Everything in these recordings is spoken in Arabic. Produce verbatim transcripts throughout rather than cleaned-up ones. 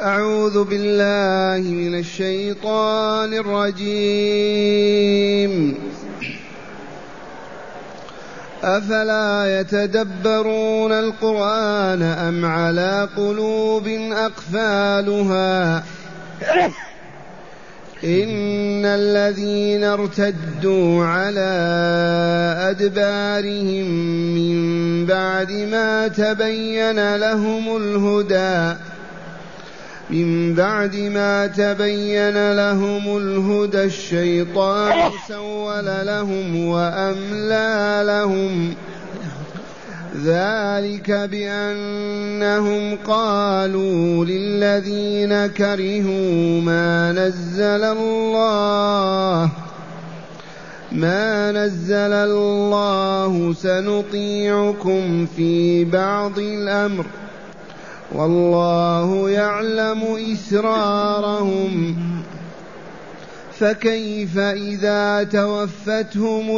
أعوذ بالله من الشيطان الرجيم. أفلا يتدبرون القرآن أم على قلوب أقفالها إن الذين ارتدوا على أدبارهم من بعد ما تبين لهم الهدى من بعد ما تبين لهم الهدى الشيطان سول لهم وأملى لهم ذلك بأنهم قالوا للذين كرهوا ما نزل الله ما نزل الله سنطيعكم في بعض الأمر والله يعلم إسرارهم فكيف إذا توفتهم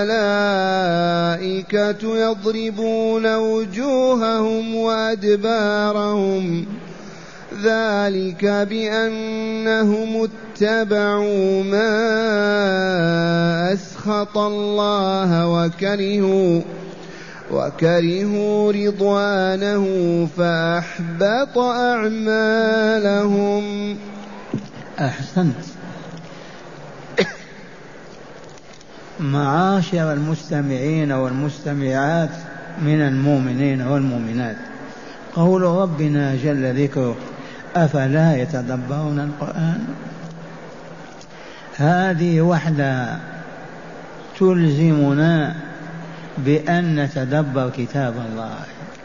الملائكة يضربون وجوههم وأدبارهم ذلك بأنهم اتبعوا ما أسخط الله وكرهوا وكرهوا رضوانه فأحبط أعمالهم. أحسنت. معاشر المستمعين والمستمعات من المؤمنين والمؤمنات، قول ربنا جل ذكره أفلا يتدبرون القرآن، هذه وحدها تلزمنا بأن نتدبر كتاب الله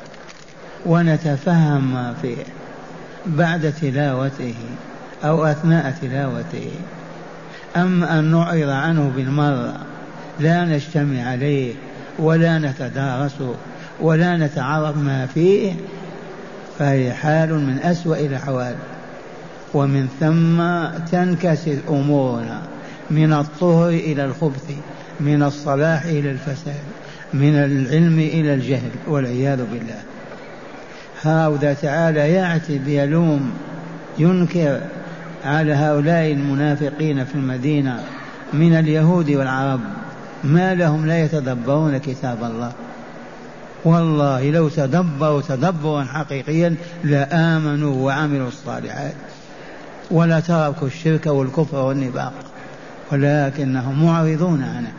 ونتفهم ما فيه بعد تلاوته أو أثناء تلاوته. أما أن نعرض عنه بالمرة لا نجتمع عليه ولا نتدارسه ولا نتعرف ما فيه فهي حال من أسوأ الأحوال، ومن ثم تنكسر أمورنا من الطهر إلى الخبث، من الصلاح إلى الفساد، من العلم إلى الجهل والعياذ بالله. هذا تعالى يعتب يلوم ينكر على هؤلاء المنافقين في المدينة من اليهود والعرب، ما لهم لا يتدبرون كتاب الله. والله لو تدبروا تدبرا حقيقيا لآمنوا وعملوا الصالحات ولا تركوا الشرك والكفر والنفاق، ولكنهم معرضون عنه.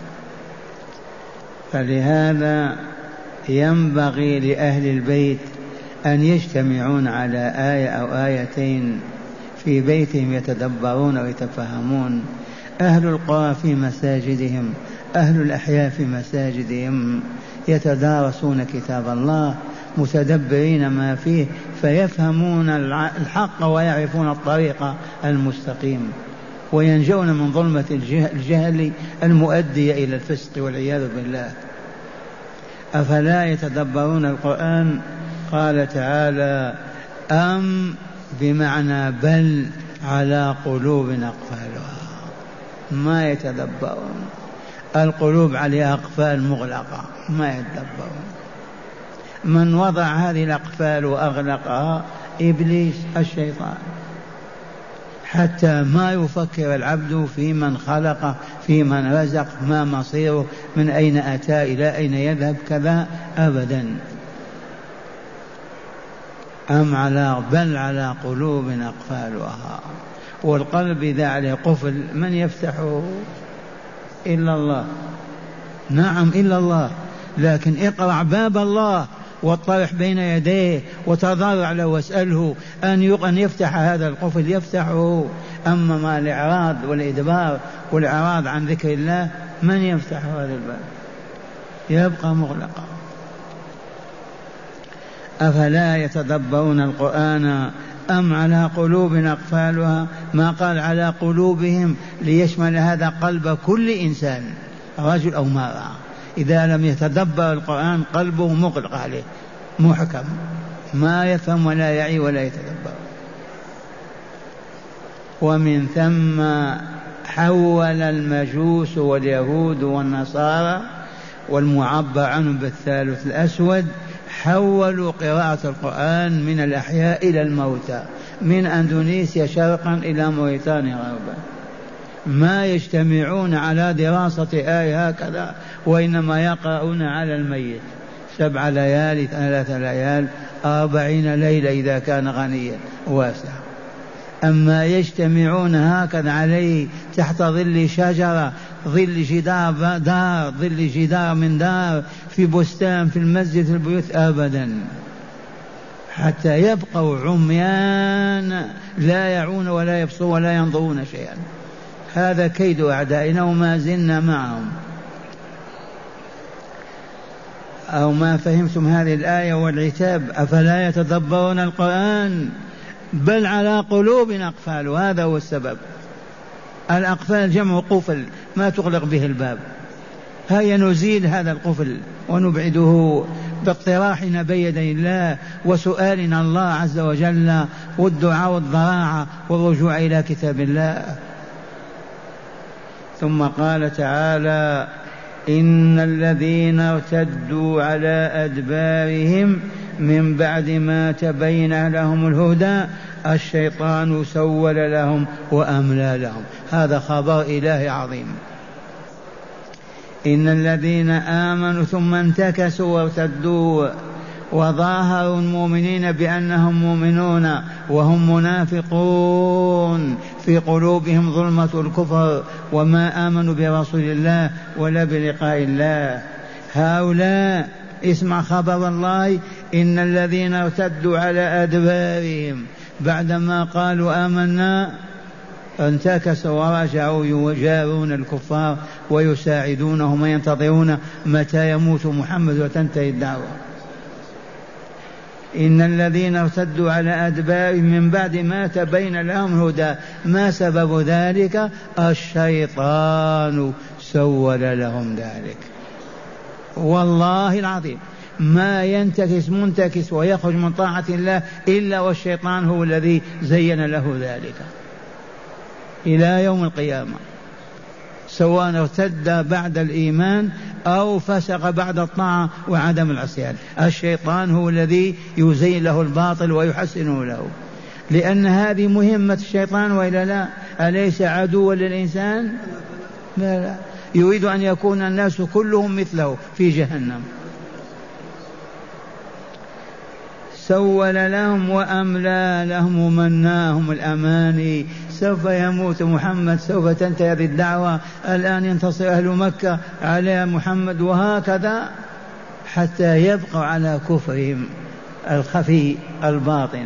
فلهذا ينبغي لأهل البيت أن يجتمعون على آية أو آيتين في بيتهم يتدبرون ويتفهمون. أهل القرى في مساجدهم، أهل الأحياء في مساجدهم يتدارسون كتاب الله متدبرين ما فيه فيفهمون الحق ويعرفون الطريق المستقيم وينجون من ظلمة الجهل المؤدية إلى الفسق والعياذ بالله. أفلا يتدبرون القرآن؟ قال تعالى أم بمعنى بل على قلوب أقفالها، ما يتدبرون. القلوب عليها أقفال مغلقة ما يتدبرون. من وضع هذه الأقفال وأغلقها؟ إبليس الشيطان، حتى ما يفكر العبد في من خلقه، في من رزق، ما مصيره، من أين أتى، إلى أين يذهب، كذا أبدا. أم على بل على قلوب أقفالها. والقلب إذا عليه قفل من يفتحه؟ إلا الله. نعم إلا الله، لكن اقرع باب الله واطرح بين يديه وتضرع له واسأله أن يفتح هذا القفل يفتحه. أما ما الإعراض والإدبار والإعراض عن ذكر الله من يفتح هذا الباب؟ يبقى مغلقا. أفلا يتدبرون القرآن أم على قلوب أقفالها؟ ما قال على قلوبهم ليشمل هذا قلب كل إنسان رجل أو امرأة. إذا لم يتدبر القرآن قلبه مغلق عليه محكم، ما يفهم ولا يعي ولا يتدبر. ومن ثم حول المجوس واليهود والنصارى والمعبر عنهم بالثالث الأسود حولوا قراءة القرآن من الأحياء إلى الموتى، من أندونيسيا شرقا إلى موريتانيا غربا، ما يجتمعون على دراسة آية هكذا، وإنما يقرؤون على الميت سبع ليالي ثلاث ليال أربعين ليلة إذا كان غنيا واسع. أما يجتمعون هكذا عليه تحت ظل شجرة، ظل جدار دار، ظل جدار من دار، في بستان، في المسجد، في البيوت، أبدا، حتى يبقوا عميان لا يعون ولا يبصرون ولا ينظرون شيئا. هذا كيد أعدائنا وما زلنا معهم. أو ما فهمتم هذه الآية والعتاب؟ أفلا يتدبرون القرآن بل على قلوب أقفال. هذا هو السبب. الأقفال جمع قفل ما تغلق به الباب. هيا نزيل هذا القفل ونبعده باقتراحنا بين الله وسؤالنا الله عز وجل والدعاء والضراعة والرجوع إلى كتاب الله. ثم قال تعالى: إن الذين ارتدوا على أدبارهم من بعد ما تبين لهم الهدى الشيطان سول لهم وأملى لهم. هذا خبر إلهي عظيم. إن الذين آمنوا ثم انتكسوا وارتدوا وظاهروا المؤمنين بأنهم مؤمنون وهم منافقون، في قلوبهم ظلمة الكفر وما آمنوا برسول الله ولا بلقاء الله. هؤلاء اسمع خبر الله: إن الذين ارتدوا على أدبارهم بعدما قالوا آمنا انتكسوا ورجعوا يجارون الكفار ويساعدونهم وينتظرون متى يموت محمد وتنتهي الدعوة. إن الذين ارتدوا على أدبارهم من بعد ما تبين لهم الهدى، ما سبب ذلك؟ الشيطان سول لهم ذلك. والله العظيم ما ينتكس منتكس ويخرج من طاعة الله إلا والشيطان هو الذي زين له ذلك إلى يوم القيامة، سواء ارتد بعد الإيمان أو فسق بعد الطاعة وعدم العصيان. الشيطان هو الذي يزين له الباطل ويحسنه له، لأن هذه مهمة الشيطان، وإلا لا؟ أليس عدوا للإنسان؟ لا لا، يريد أن يكون الناس كلهم مثله في جهنم. سول لهم وأملى لهم ومناهم الأماني. سوف يموت محمد، سوف تنتهي هذه الدعوة، الآن ينتصر أهل مكة على محمد، وهكذا حتى يبقوا على كفرهم الخفي الباطن.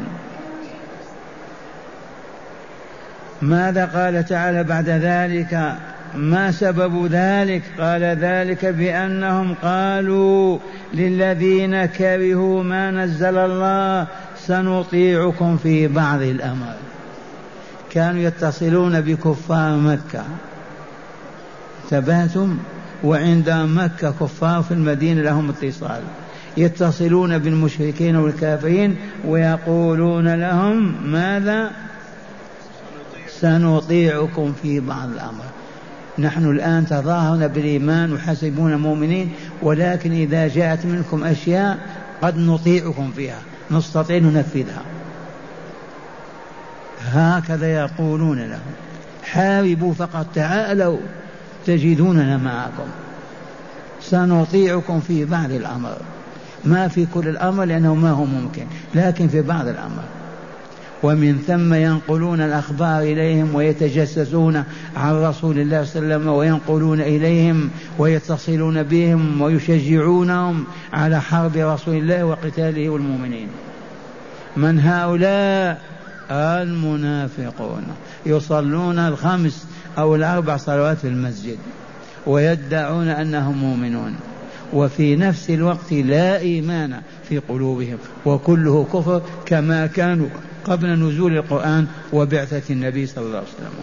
ماذا قال تعالى بعد ذلك؟ ما سبب ذلك؟ قال: ذلك بأنهم قالوا للذين كرهوا ما نزل الله سنطيعكم في بعض الأمر. كانوا يتصلون بكفار مكة، انتبهتم؟ وعند مكة كفار في المدينة لهم اتصال، يتصلون بالمشركين والكافرين ويقولون لهم ماذا؟ سنطيعكم في بعض الأمر. نحن الآن تظاهرنا بالإيمان وحسبونا مؤمنين، ولكن إذا جاءت منكم أشياء قد نطيعكم فيها، نستطيع ننفذها. هكذا يقولون لهم: حاربوا فقط، تعالوا تجدوننا معكم، سنطيعكم في بعض الأمر. ما في كل الأمر لأنه ما هو ممكن، لكن في بعض الأمر. ومن ثم ينقلون الأخبار إليهم ويتجسسون عن رسول الله صلى الله عليه وسلم، وينقلون إليهم ويتصلون بهم ويشجعونهم على حرب رسول الله وقتاله والمؤمنين. من هؤلاء؟ المنافقون، يصلون الخمس أو الأربع صلوات في المسجد ويدعون أنهم مؤمنون، وفي نفس الوقت لا إيمان في قلوبهم، وكله كفر كما كانوا قبل نزول القرآن وبعثة النبي صلى الله عليه وسلم.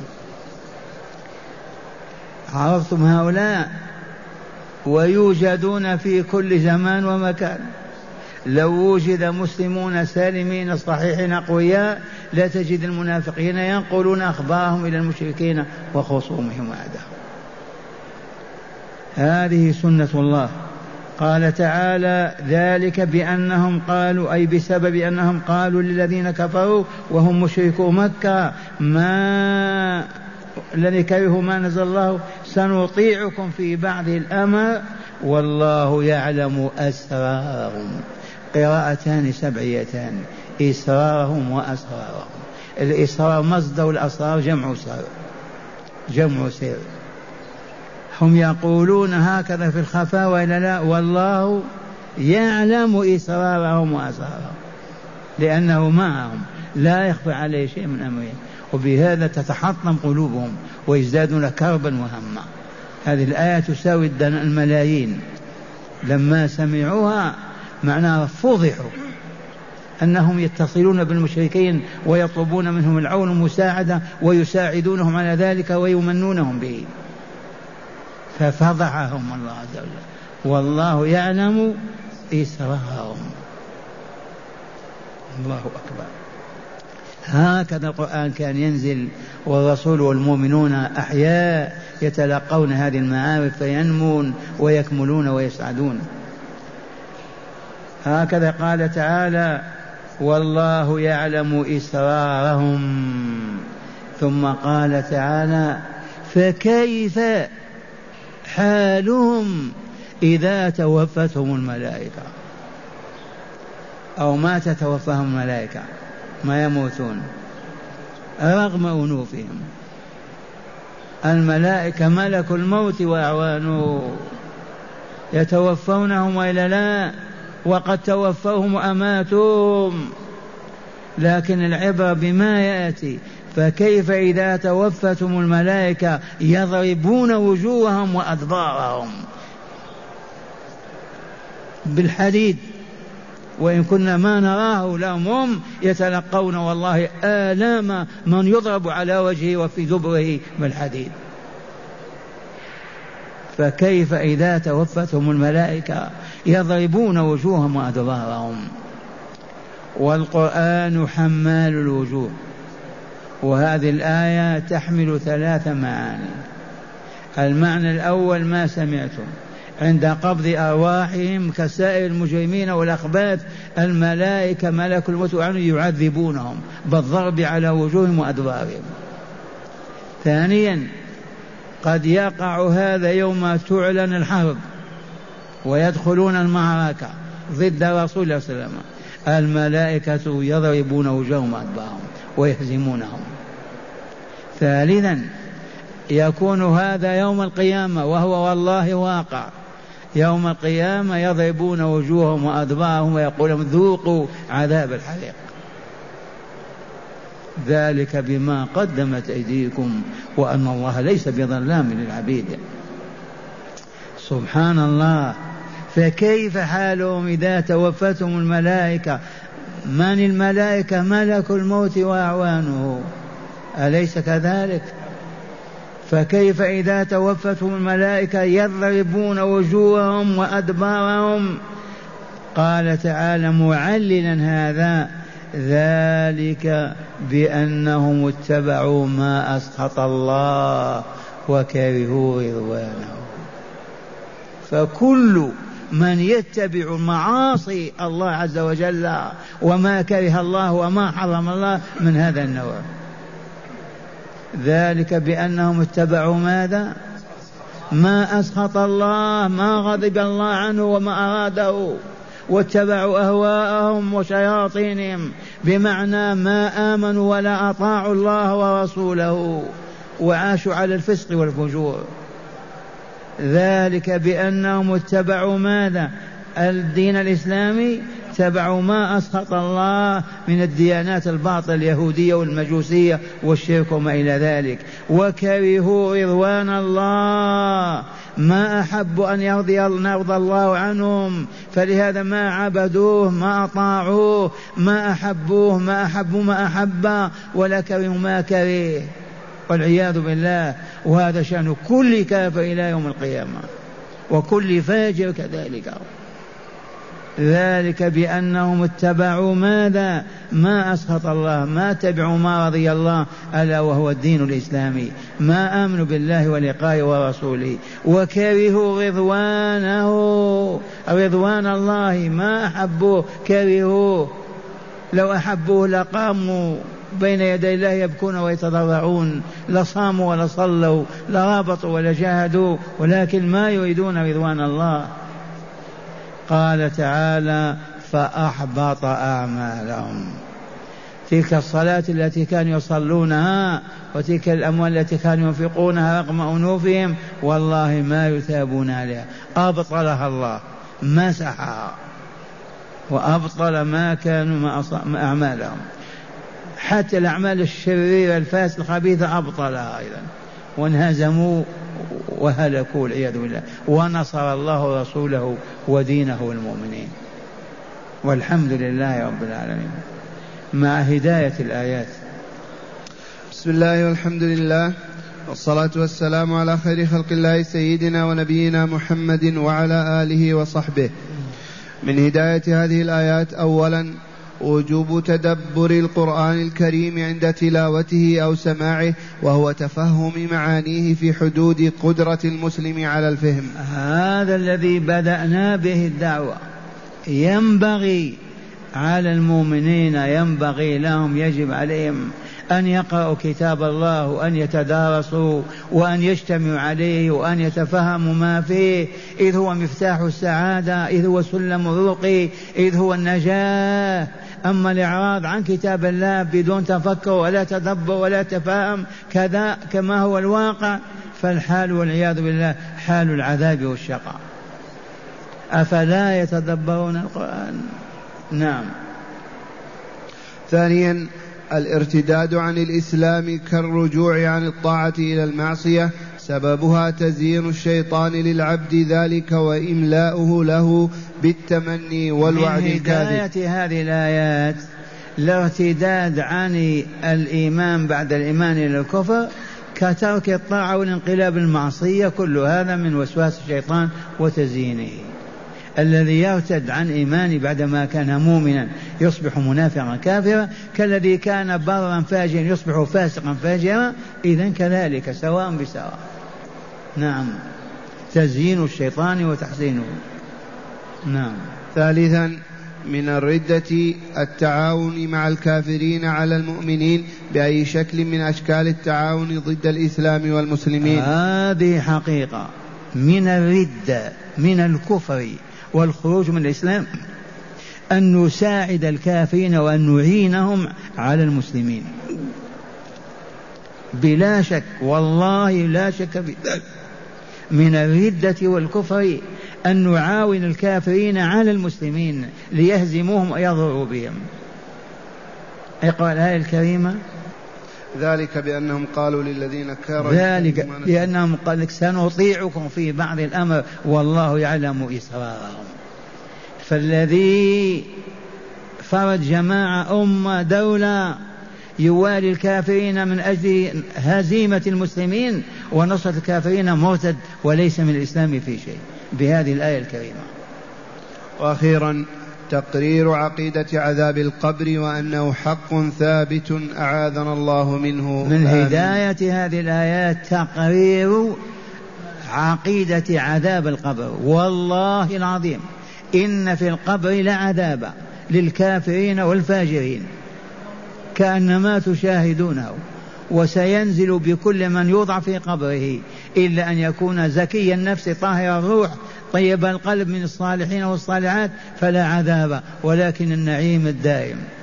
عرفتم هؤلاء؟ ويوجدون في كل زمان ومكان. لو وجد مسلمون سالمين صحيحين أقوياء لا تجد المنافقين ينقلون أخبارهم إلى المشركين وخصومهم وأعداءهم. هذه سنة الله قال تعالى ذلك بأنهم قالوا أي بسبب أنهم قالوا للذين كفروا وهم مشركو مكة ما الذي كرهوا ما نزل الله سنطيعكم في بعض الأمر والله يعلم أسرارهم. قراءتان سبعيتان إسرارهم وأسرارهم. الإسرار مصدر الأسرار جمع سر جمع سر. هم يقولون هكذا في الخفاء وإلا لا؟ والله يعلم إسرارهم وأسرارهم لأنه معهم لا يخفى عليه شيء من أمرهم، وبهذا تتحطم قلوبهم ويزدادون كربا وهما. هذه الآية تساوي الملايين. لما سمعوها معناها فضحوا أنهم يتصلون بالمشركين ويطلبون منهم العون والمساعدة ويساعدونهم على ذلك ويمنونهم به، ففضحهم الله عز وجل. والله يعلم إسرارهم. الله أكبر. هكذا القرآن كان ينزل والرسول والمؤمنون أحياء يتلقون هذه المعارف فينمون ويكملون ويسعدون. هكذا قال تعالى والله يعلم إسرارهم. ثم قال تعالى فكيف حالهم إذا توفتهم الملائكة أو ما تتوفاهم الملائكة، ما يموتون رغم أنوفهم. الملائكة ملك الموت وأعوانه يتوفونهم وإلا لا؟ وقد توفوهم وأماتوهم، لكن العبرة بما يأتي. فكيف إذا توفتهم الملائكة يضربون وجوههم وأدبارهم بالحديد، وإن كنا ما نراه لهم هم يتلقون والله آلام من يضرب على وجهه وفي دبره بالحديد. فكيف إذا توفتهم الملائكة يضربون وجوههم وأدبارهم. والقرآن حمال الوجوه، وهذه الآية تحمل ثلاث معاني. المعنى الأول ما سمعتم عند قبض أرواحهم كسائر المجرمين والأخبات الملائكة ملك الموت يعذبونهم بالضرب على وجوههم وأدبارهم. ثانيا قد يقع هذا يوم تعلن الحرب ويدخلون المعركة ضد رسول الله صلى الله عليه وسلم، الملائكة يضربون وجوههم وأدبارهم ويهزمونهم. ثالثا يكون هذا يوم القيامة، وهو والله واقع. يوم القيامة يضربون وجوههم وأدبارهم ويقولون ذوقوا عذاب الحريق، ذلك بما قدمت أيديكم وأن الله ليس بظلام للعبيد. سبحان الله. فكيف حالهم إذا توفتهم الملائكة؟ من الملائكة؟ ملك الموت وأعوانه، أليس كذلك؟ فكيف إذا توفتهم الملائكة يضربون وجوههم وأدبارهم؟ قال تعالى معللا هذا ذلك بأنهم اتبعوا ما أسخط الله وكرهوا رضوانه. فكل من يتبع معاصي الله عز وجل وما كره الله وما حرم الله من هذا النوع. ذلك بأنهم اتبعوا ماذا؟ ما أسخط الله، ما غضب الله عنه وما أراده، واتبعوا أهواءهم وشياطينهم، بمعنى ما آمنوا ولا أطاعوا الله ورسوله وعاشوا على الفسق والفجور. ذلك بأنهم اتبعوا ماذا؟ الدين الإسلامي، اتبعوا ما أسخط الله من الديانات الباطلة اليهودية والمجوسية والشرك وما إلى ذلك، وكرهوا رضوان الله، ما أحبوا أن يرضي نرضى الله عنهم، فلهذا ما عبدوه، ما أطاعوه، ما أحبوه، ما أحبوا ما أحب، ولا كرهوا ما كره، والعياذ بالله. وهذا شأن كل كافر إلى يوم القيامة، وكل فاجر كذلك. ذلك بأنهم اتبعوا ماذا؟ ما أسخط الله، ما اتبعوا ما رضي الله، ألا وهو الدين الإسلامي، ما آمنوا بالله ولقائه ورسوله، وكرهوا رضوانه، رضوان الله ما أحبوه، كرهوه. لو أحبوه لقاموا بين يدي الله يبكون ويتضرعون، لصاموا ولا صلوا، لرابطوا ولا جاهدوا، ولكن ما يريدون رضوان الله. قال تعالى: فأحبط أعمالهم. تلك الصلاة التي كانوا يصلونها وتلك الأموال التي كانوا ينفقونها رغم أنوفهم والله ما يثابون عليها، أبطلها الله، مسحها وأبطل ما كانوا ما أعمالهم. حتى الأعمال الشريرة الفاسدة الخبيثة أبطلها أيضا، وانهزموا وهلكوا والعياذ بالله، ونصر الله رسوله ودينه والمؤمنين، والحمد لله رب العالمين. مع هداية الآيات. بسم الله والحمد لله والصلاة والسلام على خير خلق الله سيدنا ونبينا محمد وعلى آله وصحبه. من هداية هذه الآيات: أولا وجوب تدبر القرآن الكريم عند تلاوته أو سماعه، وهو تفهم معانيه في حدود قدرة المسلم على الفهم. هذا الذي بدأنا به الدعوة. ينبغي على المؤمنين، ينبغي لهم، يجب عليهم أن يقرأوا كتاب الله، وأن يتدارسوا، وأن يجتمعوا عليه، وأن يتفهموا ما فيه، إذ هو مفتاح السعادة، إذ هو سلم الرقي، إذ هو النجاة. أما الإعراض عن كتاب الله بدون تفكر ولا تدبر ولا تفهم كذا كما هو الواقع، فالحال والعياذ بالله حال العذاب والشقاء. أفلا يتدبرون القرآن؟ نعم. ثانيا الارتداد عن الإسلام كالرجوع عن الطاعة إلى المعصية، سببها تزيين الشيطان للعبد ذلك وإملاؤه له بالتمني والوعد الكاذب. من هداية هذه الآيات الارتداد عن الإيمان بعد الإيمان إلى الكفر كترك الطاعة والانقلاب المعصية، كل هذا من وسواس الشيطان وتزيينه. الذي يرتد عن إيمانه بعدما كان مؤمنا يصبح منافقا كافرا، كالذي كان برا فاجرا يصبح فاسقا فاجرا، إذن كذلك سواء بسواء. نعم، تزيين الشيطان وتحسينه. نعم. ثالثا من الردة التعاون مع الكافرين على المؤمنين بأي شكل من أشكال التعاون ضد الإسلام والمسلمين. هذه حقيقة من الردة، من الكفر والخروج من الإسلام، أن نساعد الكافرين وأن نعينهم على المسلمين بلا شك، والله لا شك في ذلك. من الردة والكفر أن نعاون الكافرين على المسلمين ليهزموهم ويضروا بهم. اقرأ الآية الكريمة: ذلك بأنهم قالوا للذين كفروا، ذلك بأنهم قالوا سنطيعكم في بعض الأمر والله يعلم إسرارهم. فالذي فرض جماعة أمة دولة يوالي الكافرين من أجل هزيمة المسلمين ونصرة الكافرين مرتد وليس من الإسلام في شيء، بهذه الآية الكريمة. وأخيرا تقرير عقيدة عذاب القبر وأنه حق ثابت أعاذنا الله منه. من هداية هذه الآيات تقرير عقيدة عذاب القبر. والله العظيم إن في القبر لعذابا للكافرين والفاجرين كأنما تشاهدونه، وسينزل بكل من يوضع في قبره إلا أن يكون زكي النفس طاهر الروح طيب القلب من الصالحين والصالحات فلا عذاب، ولكن النعيم الدائم.